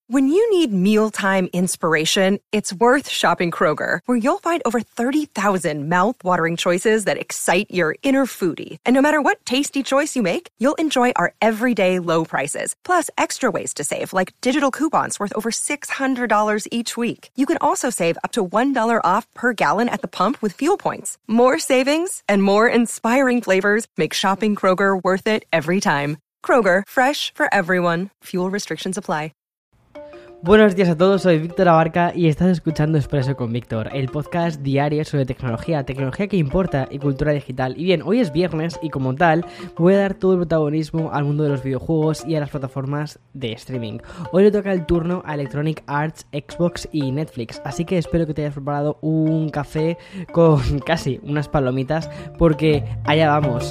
When you need mealtime inspiration, it's worth shopping Kroger, where you'll find over 30,000 mouth-watering choices that excite your inner foodie. And no matter what tasty choice you make, you'll enjoy our everyday low prices, plus extra ways to save, like digital coupons worth over $600 each week. You can also save up to $1 off per gallon at the pump with fuel points. More savings and more inspiring flavors make shopping Kroger worth it every time. Kroger, fresh for everyone. Fuel restrictions apply. Buenos días a todos, soy Víctor Abarca y estás escuchando Expreso con Víctor, el podcast diario sobre tecnología que importa y cultura digital. Y bien, hoy es viernes y como tal voy a dar todo el protagonismo al mundo de los videojuegos y a las plataformas de streaming. Hoy le toca el turno a Electronic Arts, Xbox y Netflix, así que espero que te hayas preparado un café con casi unas palomitas porque allá vamos.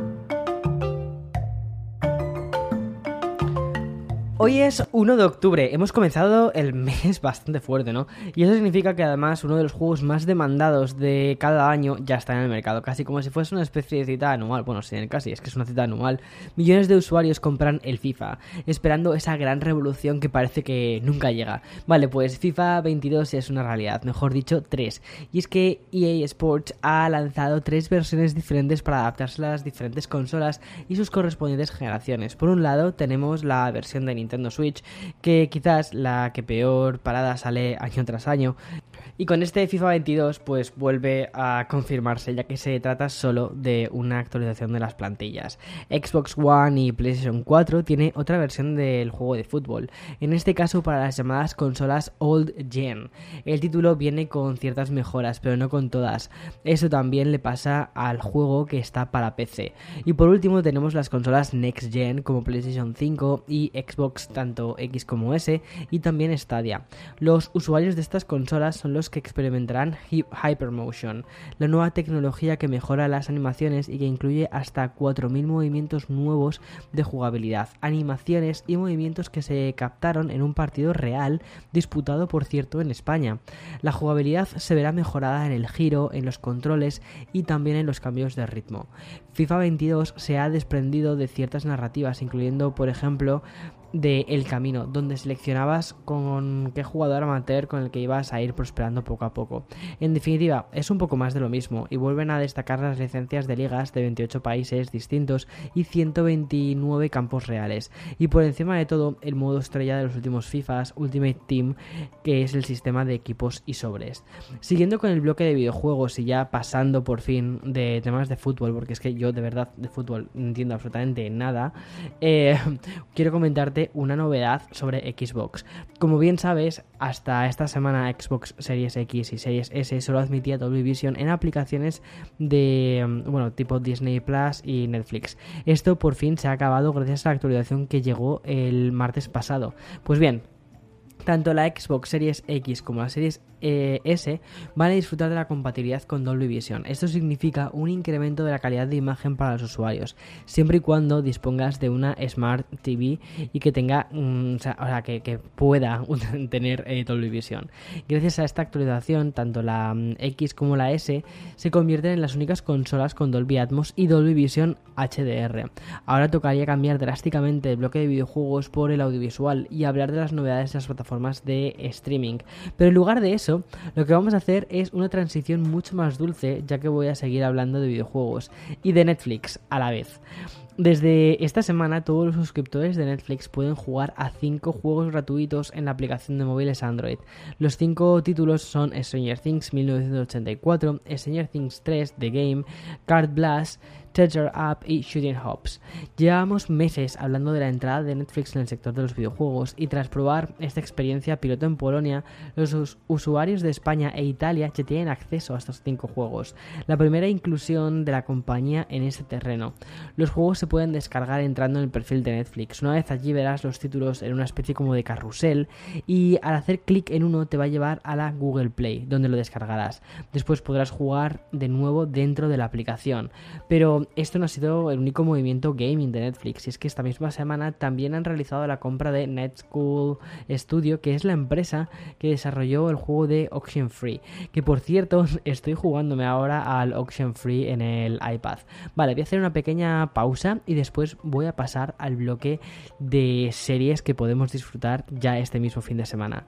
Hoy es 1 de octubre, hemos comenzado el mes bastante fuerte, ¿no? Y eso significa que además uno de los juegos más demandados de cada año ya está en el mercado, casi como si fuese una especie de cita anual. Bueno, sí, casi, es que es una cita anual. Millones de usuarios compran el FIFA, esperando esa gran revolución que parece que nunca llega. Vale, pues FIFA 22 es una realidad, mejor dicho, 3. Y es que EA Sports ha lanzado 3 versiones diferentes para adaptarse a las diferentes consolas y sus correspondientes generaciones. Por un lado, tenemos la versión de Nintendo Switch, que quizás la que peor parada sale año tras año, y con este FIFA 22 pues vuelve a confirmarse, ya que se trata solo de una actualización de las plantillas. Xbox One y PlayStation 4 tiene otra versión del juego de fútbol, en este caso para las llamadas consolas Old Gen. El título viene con ciertas mejoras, pero no con todas. Eso también le pasa al juego que está para PC. Y por último tenemos las consolas Next Gen como PlayStation 5 y Xbox tanto X como S, y también Stadia. Los usuarios de estas consolas son los que experimentarán Hypermotion, la nueva tecnología que mejora las animaciones y que incluye hasta 4.000 movimientos nuevos de jugabilidad, animaciones y movimientos que se captaron en un partido real disputado, por cierto, en España. La jugabilidad se verá mejorada en el giro, en los controles y también en los cambios de ritmo. FIFA 22 se ha desprendido de ciertas narrativas, incluyendo, por ejemplo, de El Camino, donde seleccionabas con qué jugador amateur con el que ibas a ir prosperando poco a poco. En definitiva, es un poco más de lo mismo, y vuelven a destacar las licencias de ligas de 28 países distintos y 129 campos reales. Y por encima de todo, el modo estrella de los últimos FIFAs, Ultimate Team, que es el sistema de equipos y sobres. Siguiendo con el bloque de videojuegos y ya pasando por fin de temas de fútbol, porque es que yo de verdad de fútbol no entiendo absolutamente nada, quiero comentarte una novedad sobre Xbox. Como bien sabes, hasta esta semana Xbox Series X y Series S solo admitía Dolby Vision en aplicaciones de, tipo Disney Plus y Netflix. Esto por fin se ha acabado gracias a la actualización que llegó el martes pasado. Pues bien, tanto la Xbox Series X como la Series S van a disfrutar de la compatibilidad con Dolby Vision. Esto significa un incremento de la calidad de imagen para los usuarios, siempre y cuando dispongas de una Smart TV y que tenga, que pueda tener Dolby Vision. Gracias a esta actualización, tanto la X como la S se convierten en las únicas consolas con Dolby Atmos y Dolby Vision HDR. Ahora tocaría cambiar drásticamente el bloque de videojuegos por el audiovisual y hablar de las novedades de las plataformas de streaming, pero en lugar de eso, lo que vamos a hacer es una transición mucho más dulce, ya que voy a seguir hablando de videojuegos y de Netflix a la vez. Desde esta semana todos los suscriptores de Netflix pueden jugar a 5 juegos gratuitos en la aplicación de móviles Android. Los 5 títulos son Stranger Things 1984, Stranger Things 3 The Game, Card Blast, Treasure Up y Shooting Hops. Llevamos meses hablando de la entrada de Netflix en el sector de los videojuegos, y tras probar esta experiencia piloto en Polonia, los usuarios de España e Italia ya tienen acceso a estos 5 juegos, la primera inclusión de la compañía en este terreno. Los juegos se pueden descargar entrando en el perfil de Netflix. Una vez allí verás los títulos en una especie como de carrusel, y al hacer clic en uno te va a llevar a la Google Play, donde lo descargarás. Después podrás jugar de nuevo dentro de la aplicación, pero Pero esto no ha sido el único movimiento gaming de Netflix, y es que esta misma semana también han realizado la compra de Netschool Studio, que es la empresa que desarrolló el juego de Oxenfree, que por cierto estoy jugándome ahora al Oxenfree en el iPad. Vale, voy a hacer una pequeña pausa y después voy a pasar al bloque de series que podemos disfrutar ya este mismo fin de semana.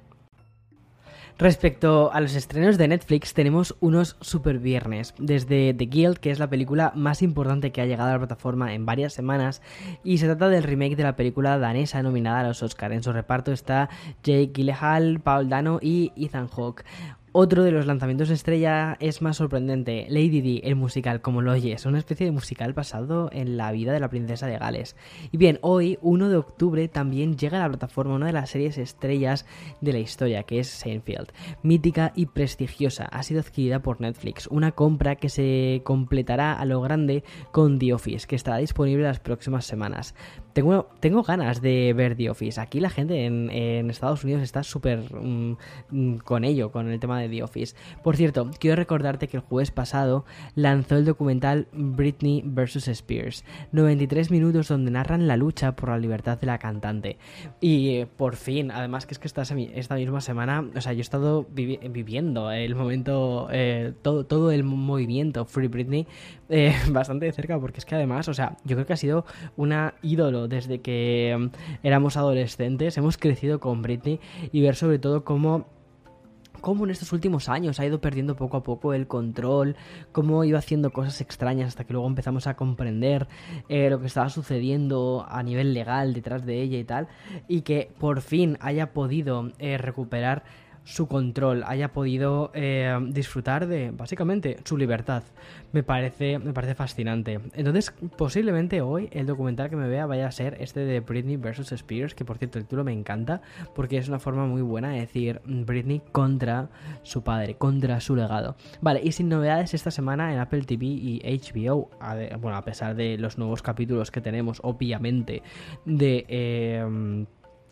Respecto a los estrenos de Netflix, tenemos unos super viernes, desde The Guild, que es la película más importante que ha llegado a la plataforma en varias semanas, y se trata del remake de la película danesa nominada a los Oscar. En su reparto está Jake Gyllenhaal, Paul Dano y Ethan Hawke. Otro de los lanzamientos estrella es más sorprendente, Lady Di, el musical, como lo oyes, una especie de musical basado en la vida de la princesa de Gales. Y bien, hoy, 1 de octubre, también llega a la plataforma una de las series estrellas de la historia, que es Seinfeld. Mítica y prestigiosa, ha sido adquirida por Netflix, una compra que se completará a lo grande con The Office, que estará disponible las próximas semanas. Tengo ganas de ver The Office. Aquí la gente en Estados Unidos está súper con ello, con el tema de The Office. Por cierto, quiero recordarte que el jueves pasado lanzó el documental Britney vs. Spears, 93 minutos donde narran la lucha por la libertad de la cantante. Y por fin, además que es que esta misma semana, o sea, yo he estado viviendo el momento, todo el movimiento Free Britney bastante de cerca, porque es que además, o sea, yo creo que ha sido una ídolo desde que éramos adolescentes. Hemos crecido con Britney, y ver sobre todo cómo en estos últimos años ha ido perdiendo poco a poco el control, cómo iba haciendo cosas extrañas hasta que luego empezamos a comprender lo que estaba sucediendo a nivel legal detrás de ella y tal, y que por fin haya podido recuperar su control, haya podido disfrutar de, básicamente, su libertad. Me parece fascinante. Entonces, posiblemente hoy el documental que me vea vaya a ser este de Britney vs. Spears, que por cierto el título me encanta, porque es una forma muy buena de decir Britney contra su padre, contra su legado. Vale, y sin novedades esta semana en Apple TV y HBO, bueno, a pesar de los nuevos capítulos que tenemos, obviamente, de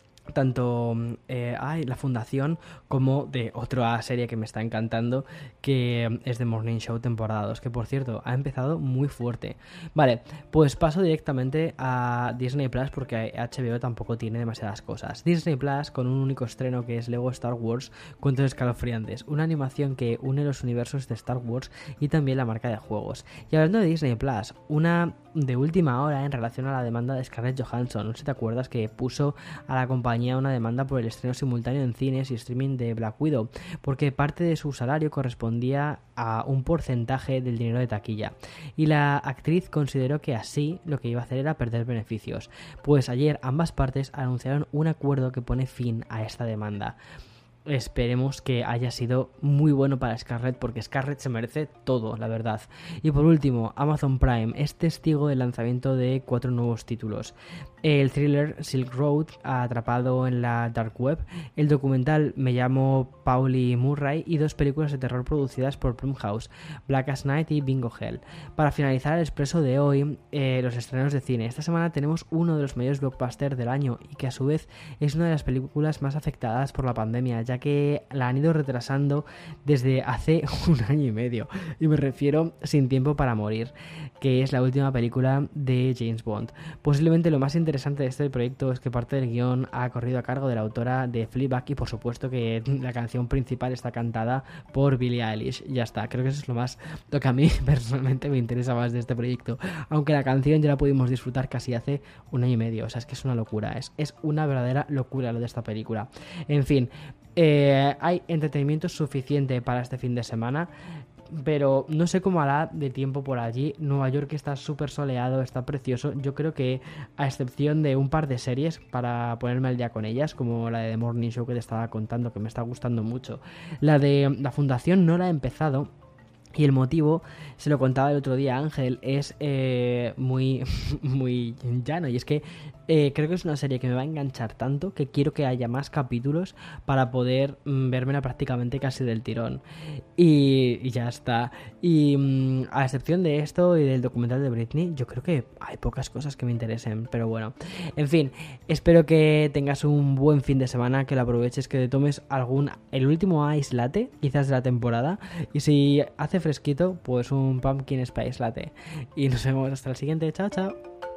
tanto La Fundación como de otra serie que me está encantando, que es The Morning Show temporada 2, que por cierto ha empezado muy fuerte. Vale, pues paso directamente a Disney Plus, porque HBO tampoco tiene demasiadas cosas. Disney Plus con un único estreno, que es Lego Star Wars Cuentos Escalofriantes, una animación que une los universos de Star Wars y también la marca de juegos. Y hablando de Disney Plus, una de última hora en relación a la demanda de Scarlett Johansson. No sé si te acuerdas que puso a la compañía una demanda por el estreno simultáneo en cines y streaming de Black Widow, porque parte de su salario correspondía a un porcentaje del dinero de taquilla, y la actriz consideró que así lo que iba a hacer era perder beneficios. Pues ayer ambas partes anunciaron un acuerdo que pone fin a esta demanda. Esperemos que haya sido muy bueno para Scarlett, porque Scarlett se merece todo, la verdad. Y por último, Amazon Prime es testigo del lanzamiento de 4 nuevos títulos: el thriller Silk Road, atrapado en la dark web, el documental Me llamo Pauli Murray, y 2 películas de terror producidas por Blumhouse, Black as Night y Bingo Hell. Para finalizar el expreso de hoy, los estrenos de cine. Esta semana tenemos uno de los mayores blockbusters del año, y que a su vez es una de las películas más afectadas por la pandemia, ya que la han ido retrasando desde hace un año y medio, y me refiero Sin tiempo para morir, que es la última película de James Bond. Posiblemente lo más interesante de este proyecto es que parte del guión ha corrido a cargo de la autora de Fleabag, y por supuesto que la canción principal está cantada por Billie Eilish. Ya está, creo que eso es lo que a mí personalmente me interesa más de este proyecto, aunque la canción ya la pudimos disfrutar casi hace un año y medio. O sea, es que es una locura, es una verdadera locura lo de esta película. En fin, hay entretenimiento suficiente para este fin de semana, pero no sé cómo hará de tiempo por allí. Nueva York está súper soleado, está precioso. Yo creo que, a excepción de un par de series para ponerme al día con ellas, como la de The Morning Show que te estaba contando, que me está gustando mucho, la de La Fundación no la he empezado. Y el motivo, se lo contaba el otro día a Ángel, es muy llano, y es que creo que es una serie que me va a enganchar tanto que quiero que haya más capítulos para poder vérmela prácticamente casi del tirón. Y ya está. Y a excepción de esto y del documental de Britney, yo creo que hay pocas cosas que me interesen. Pero bueno, en fin, espero que tengas un buen fin de semana, que lo aproveches, que te tomes el último ice latte, quizás de la temporada. Y si hace fresquito, pues un pumpkin spice latte. Y nos vemos hasta el siguiente. Chao, chao.